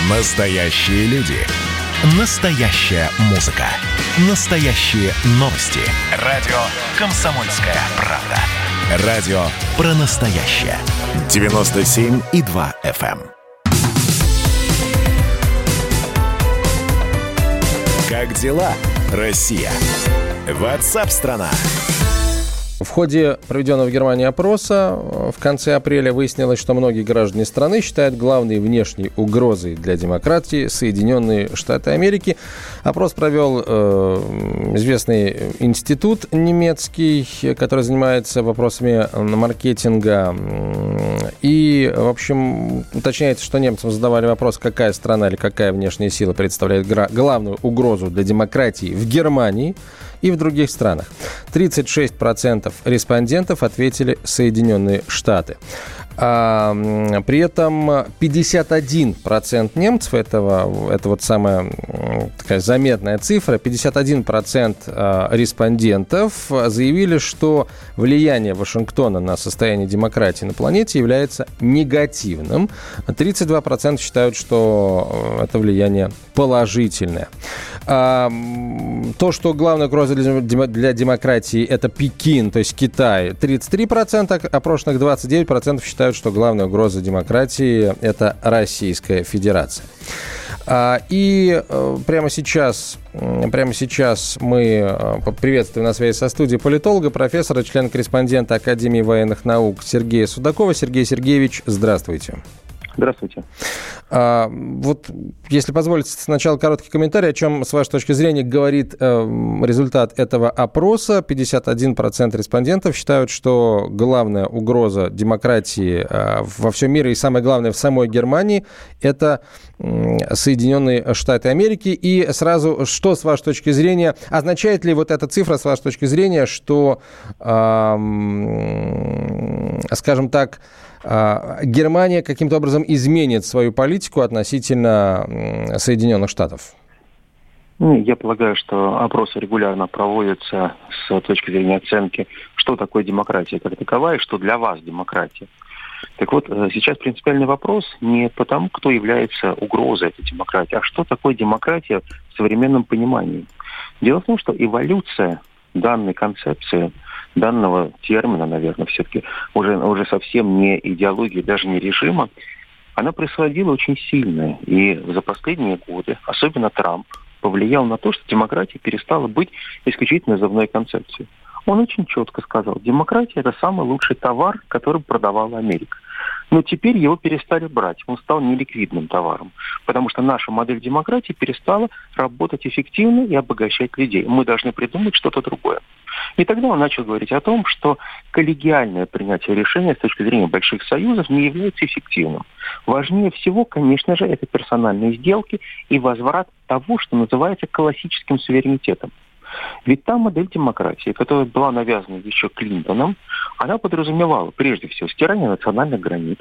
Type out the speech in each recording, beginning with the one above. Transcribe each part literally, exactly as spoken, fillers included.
Настоящие люди. Настоящая музыка. Настоящие новости. Радио «Комсомольская правда». Радио про настоящее. девяносто семь и два эф эм. Как дела, Россия? Ватсап-страна! В ходе проведенного в Германии опроса в конце апреля выяснилось, что многие граждане страны считают главной внешней угрозой для демократии Соединенные Штаты Америки. Опрос провел э, известный институт немецкий, который занимается вопросами маркетинга. И, в общем, уточняется, что немцам задавали вопрос, какая страна или какая внешняя сила представляет гра- главную угрозу для демократии в Германии и в других странах. тридцать шесть процентов респондентов ответили Соединенные Штаты. А, при этом пятьдесят один процент немцев, этого, это вот самая такая заметная цифра, пятьдесят один процент респондентов заявили, что влияние Вашингтона на состояние демократии на планете является негативным. тридцать два процента считают, что это влияние положительное. А, то, что главная угроза для демократии – это Пекин, то есть Китай, тридцать три процента, опрошенных двадцать девять процентов считают, что главная угроза демократии – это Российская Федерация. И прямо сейчас, прямо сейчас мы приветствуем на связи со студией политолога, профессора, члена-корреспондента Академии военных наук Сергея Судакова. Сергей Сергеевич, здравствуйте. Здравствуйте. А, вот, если позволите, сначала короткий комментарий, о чем, с вашей точки зрения, говорит э, результат этого опроса. пятьдесят один процент респондентов считают, что главная угроза демократии э, во всем мире и самое главное в самой Германии – это э, Соединенные Штаты Америки. И сразу, что, с вашей точки зрения, означает ли вот эта цифра, с вашей точки зрения, что, э, скажем так, Германия каким-то образом изменит свою политику относительно Соединенных Штатов? Я полагаю, что опросы регулярно проводятся с точки зрения оценки, что такое демократия как таковая и что для вас демократия. Так вот, сейчас принципиальный вопрос не потому, кто является угрозой этой демократии, а что такое демократия в современном понимании. Дело в том, что эволюция данной концепции, данного термина, наверное, все-таки уже, уже совсем не идеологии, даже не режима, она происходила очень сильно. И за последние годы, особенно Трамп, повлиял на то, что демократия перестала быть исключительно назывной концепцией. Он очень четко сказал, демократия – это самый лучший товар, который продавала Америка. Но теперь его перестали брать, он стал неликвидным товаром, потому что наша модель демократии перестала работать эффективно и обогащать людей. Мы должны придумать что-то другое. И тогда он начал говорить о том, что коллегиальное принятие решения с точки зрения больших союзов не является эффективным. Важнее всего, конечно же, это персональные сделки и возврат того, что называется классическим суверенитетом. Ведь та модель демократии, которая была навязана еще Клинтоном, она подразумевала, прежде всего, стирание национальных границ,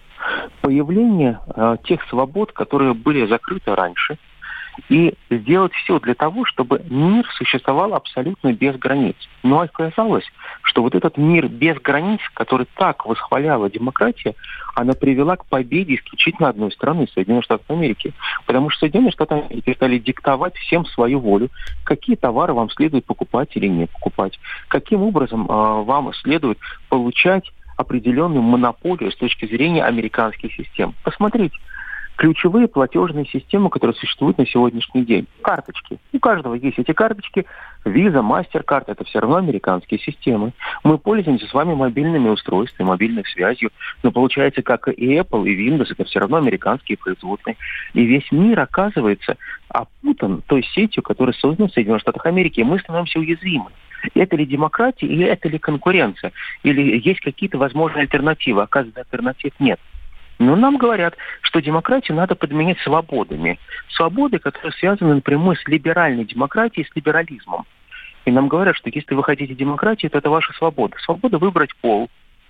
появление э, тех свобод, которые были закрыты раньше, и сделать все для того, чтобы мир существовал абсолютно без границ. Но оказалось, что вот этот мир без границ, который так восхваляла демократия, она привела к победе исключительно одной страны, Соединенных Штатов Америки. Потому что Соединенные Штаты Америки стали диктовать всем свою волю, какие товары вам следует покупать или не покупать, каким образом э, вам следует получать определенную монополию с точки зрения американских систем. Посмотрите. Ключевые платежные системы, которые существуют на сегодняшний день. Карточки. У каждого есть эти карточки. Visa, MasterCard – это все равно американские системы. Мы пользуемся с вами мобильными устройствами, мобильной связью. Но получается, как и Apple, и Windows – это все равно американские производные. И весь мир, оказывается, опутан той сетью, которая создана в Соединенных Штатах Америки. И мы становимся уязвимы. Это ли демократия или это ли конкуренция? Или есть какие-то возможные альтернативы? Оказывается, альтернатив нет. Но нам говорят, что демократию надо подменять свободами. Свободы, которые связаны напрямую с либеральной демократией, с либерализмом. И нам говорят, что если вы хотите демократию, то это ваша свобода. Свобода выбрать пол,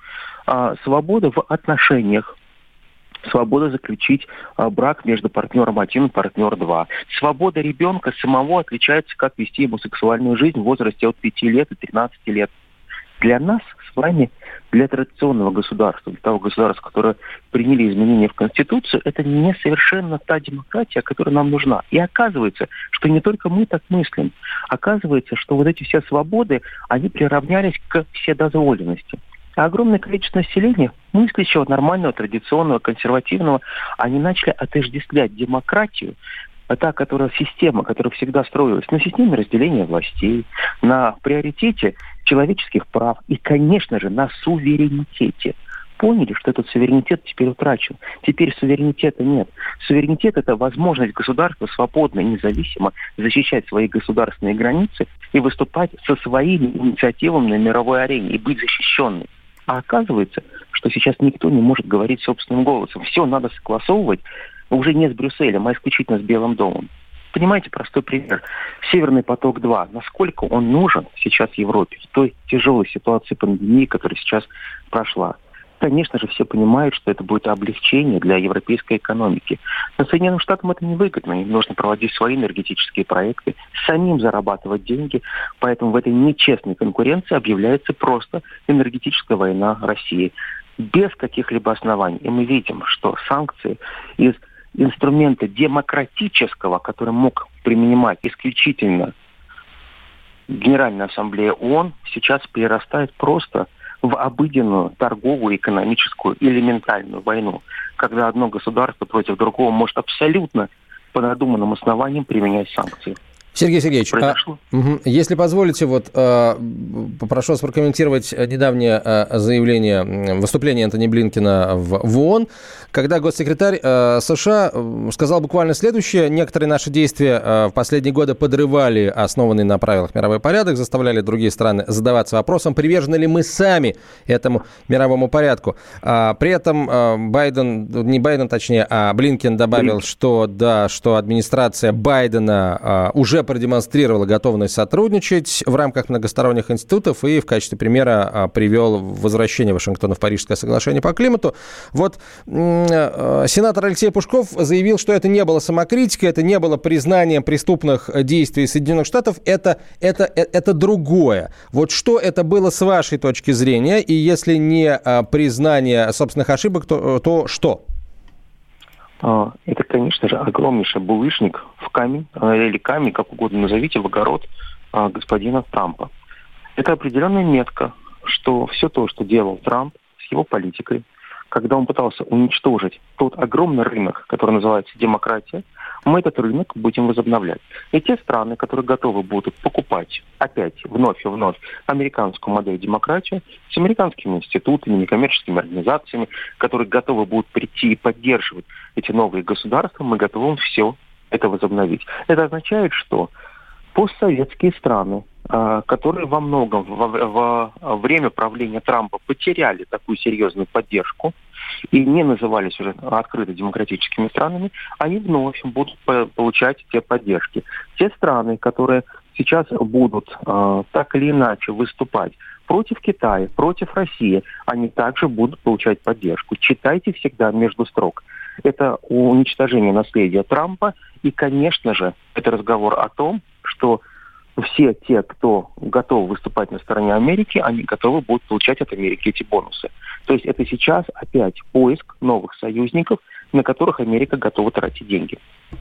свобода в отношениях, свобода заключить брак между партнером один и партнер два. Свобода ребенка самого отличается, как вести ему сексуальную жизнь в возрасте от пяти лет и тринадцати лет. Для нас с вами, для традиционного государства, для того государства, которое приняли изменения в Конституцию, это не совершенно та демократия, которая нам нужна. И оказывается, что не только мы так мыслим. Оказывается, что вот эти все свободы, они приравнялись к вседозволенности. А огромное количество населения, мыслящего, нормального, традиционного, консервативного, они начали отождествлять демократию, та, которая система, которая всегда строилась на системе разделения властей, на приоритете человеческих прав и, конечно же, на суверенитете. Поняли, что этот суверенитет теперь утрачен. Теперь суверенитета нет. Суверенитет – это возможность государства свободно и независимо защищать свои государственные границы и выступать со своими инициативами на мировой арене и быть защищенным. А оказывается, что сейчас никто не может говорить собственным голосом. Все надо согласовывать уже не с Брюсселем, а исключительно с Белым домом. Понимаете, простой пример. Северный поток-два. Насколько он нужен сейчас Европе в той тяжелой ситуации пандемии, которая сейчас прошла? Конечно же, все понимают, что это будет облегчение для европейской экономики. Но Соединенным Штатам это невыгодно. Им нужно проводить свои энергетические проекты, самим зарабатывать деньги. Поэтому в этой нечестной конкуренции объявляется просто энергетическая война России. Без каких-либо оснований. И мы видим, что санкции из инструмента демократического, который мог принимать исключительно Генеральная Ассамблея ООН, сейчас перерастает просто в обыденную торговую, экономическую, элементарную войну, когда одно государство против другого может абсолютно по надуманным основаниям применять санкции. Сергей Сергеевич, а, угу, если позволите, вот а, попрошу вас прокомментировать недавнее а, заявление, выступление Энтони Блинкена в, в ООН, когда госсекретарь а, США сказал буквально следующее: некоторые наши действия а, в последние годы подрывали основанный на правилах мировой порядок, заставляли другие страны задаваться вопросом, привержены ли мы сами этому мировому порядку. А, при этом а, Байден, не Байден точнее, а Блинкен добавил, что, да, что администрация Байдена а, уже продемонстрировала готовность сотрудничать в рамках многосторонних институтов и в качестве примера а, привел возвращение Вашингтона в Парижское соглашение по климату. Вот м- м- сенатор Алексей Пушков заявил, что это не было самокритикой, это не было признанием преступных действий Соединенных Штатов, это, это, это другое. Вот что это было с вашей точки зрения, и если не а, признание собственных ошибок, то, то что? Это, конечно же, огромнейший булыжник в камень, или камень, как угодно назовите, в огород господина Трампа. Это определенная метка, что все то, что делал Трамп с его политикой, когда он пытался уничтожить тот огромный рынок, который называется демократия, мы этот рынок будем возобновлять. И те страны, которые готовы будут покупать опять вновь и вновь американскую модель демократии с американскими институтами, некоммерческими организациями, которые готовы будут прийти и поддерживать эти новые государства, мы готовы все это возобновить. Это означает, что постсоветские страны, которые во многом во, во время правления Трампа потеряли такую серьезную поддержку и не назывались уже открыто демократическими странами, они вновь будут получать те поддержки. Те страны, которые сейчас будут э, так или иначе выступать против Китая, против России, они также будут получать поддержку. Читайте всегда между строк. Это уничтожение наследия Трампа, и, конечно же, это разговор о том, что все те, кто готов выступать на стороне Америки, они готовы будут получать от Америки эти бонусы. То есть это сейчас опять поиск новых союзников, на которых Америка готова тратить деньги.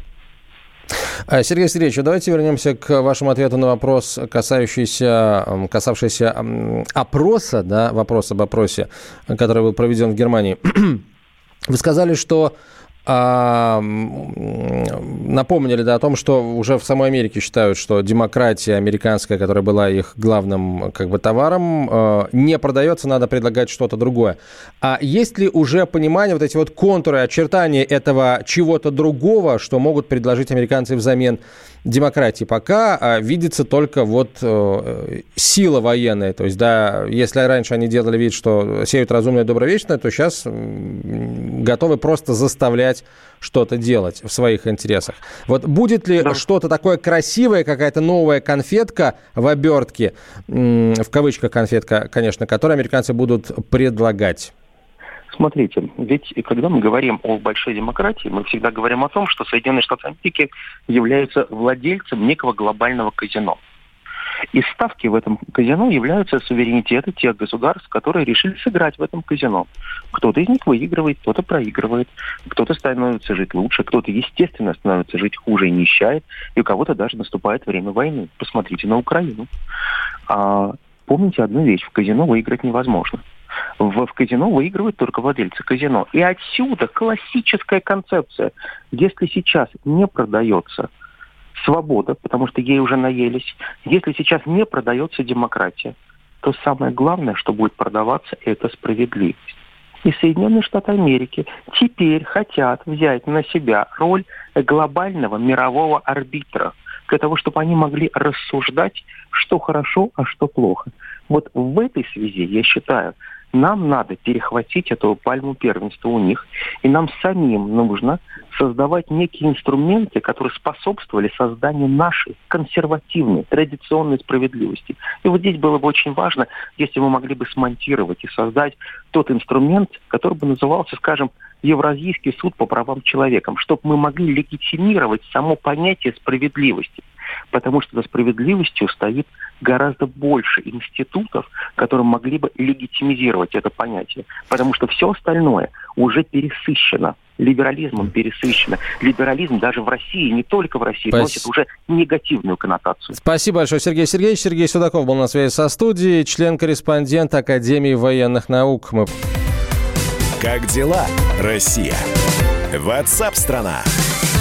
Сергей Сергеевич, давайте вернемся к вашему ответу на вопрос, касающийся, касавшийся опроса, да, вопрос об опросе, который был проведен в Германии. Вы сказали, что а, напомнили, да, о том, что уже в самой Америке считают, что демократия американская, которая была их главным как бы товаром, а, не продается, надо предлагать что-то другое. А есть ли уже понимание, вот эти вот контуры, очертания этого чего-то другого, что могут предложить американцы взамен демократии? Пока а, видится только вот а, сила военная. То есть, да, если раньше они делали вид, что сеют разумное и добровечное, то сейчас м, готовы просто заставлять что-то делать в своих интересах. Вот будет ли да. что-то такое красивое, какая-то новая конфетка в обертке, в кавычках конфетка, конечно, которую американцы будут предлагать? Смотрите, ведь когда мы говорим о большой демократии, мы всегда говорим о том, что Соединенные Штаты Америки являются владельцем некого глобального казино. И ставки в этом казино являются суверенитетом тех государств, которые решили сыграть в этом казино. Кто-то из них выигрывает, кто-то проигрывает, кто-то становится жить лучше, кто-то, естественно, становится жить хуже и нищает, и у кого-то даже наступает время войны. Посмотрите на Украину. А, помните одну вещь, в казино выиграть невозможно. В, в казино выигрывают только владельцы казино. И отсюда классическая концепция. Если сейчас не продается свобода, потому что ей уже наелись, если сейчас не продается демократия, то самое главное, что будет продаваться, это справедливость. И Соединенные Штаты Америки теперь хотят взять на себя роль глобального мирового арбитра, для того, чтобы они могли рассуждать, что хорошо, а что плохо. Вот в этой связи, я считаю, нам надо перехватить эту пальму первенства у них, и нам самим нужно создавать некие инструменты, которые способствовали созданию нашей консервативной, традиционной справедливости. И вот здесь было бы очень важно, если мы могли бы смонтировать и создать тот инструмент, который бы назывался, скажем, Евразийский суд по правам человека, чтобы мы могли легитимировать само понятие справедливости. Потому что за справедливостью стоит гораздо больше институтов, которые могли бы легитимизировать это понятие. Потому что все остальное уже пересыщено. Либерализмом пересыщено. Либерализм даже в России, не только в России, Спасибо. Носит уже негативную коннотацию. Спасибо большое, Сергей Сергеевич. Сергей Судаков был на связи со студией, член-корреспондент Академии военных наук. Мы... Как дела, Россия? WhatsApp-страна.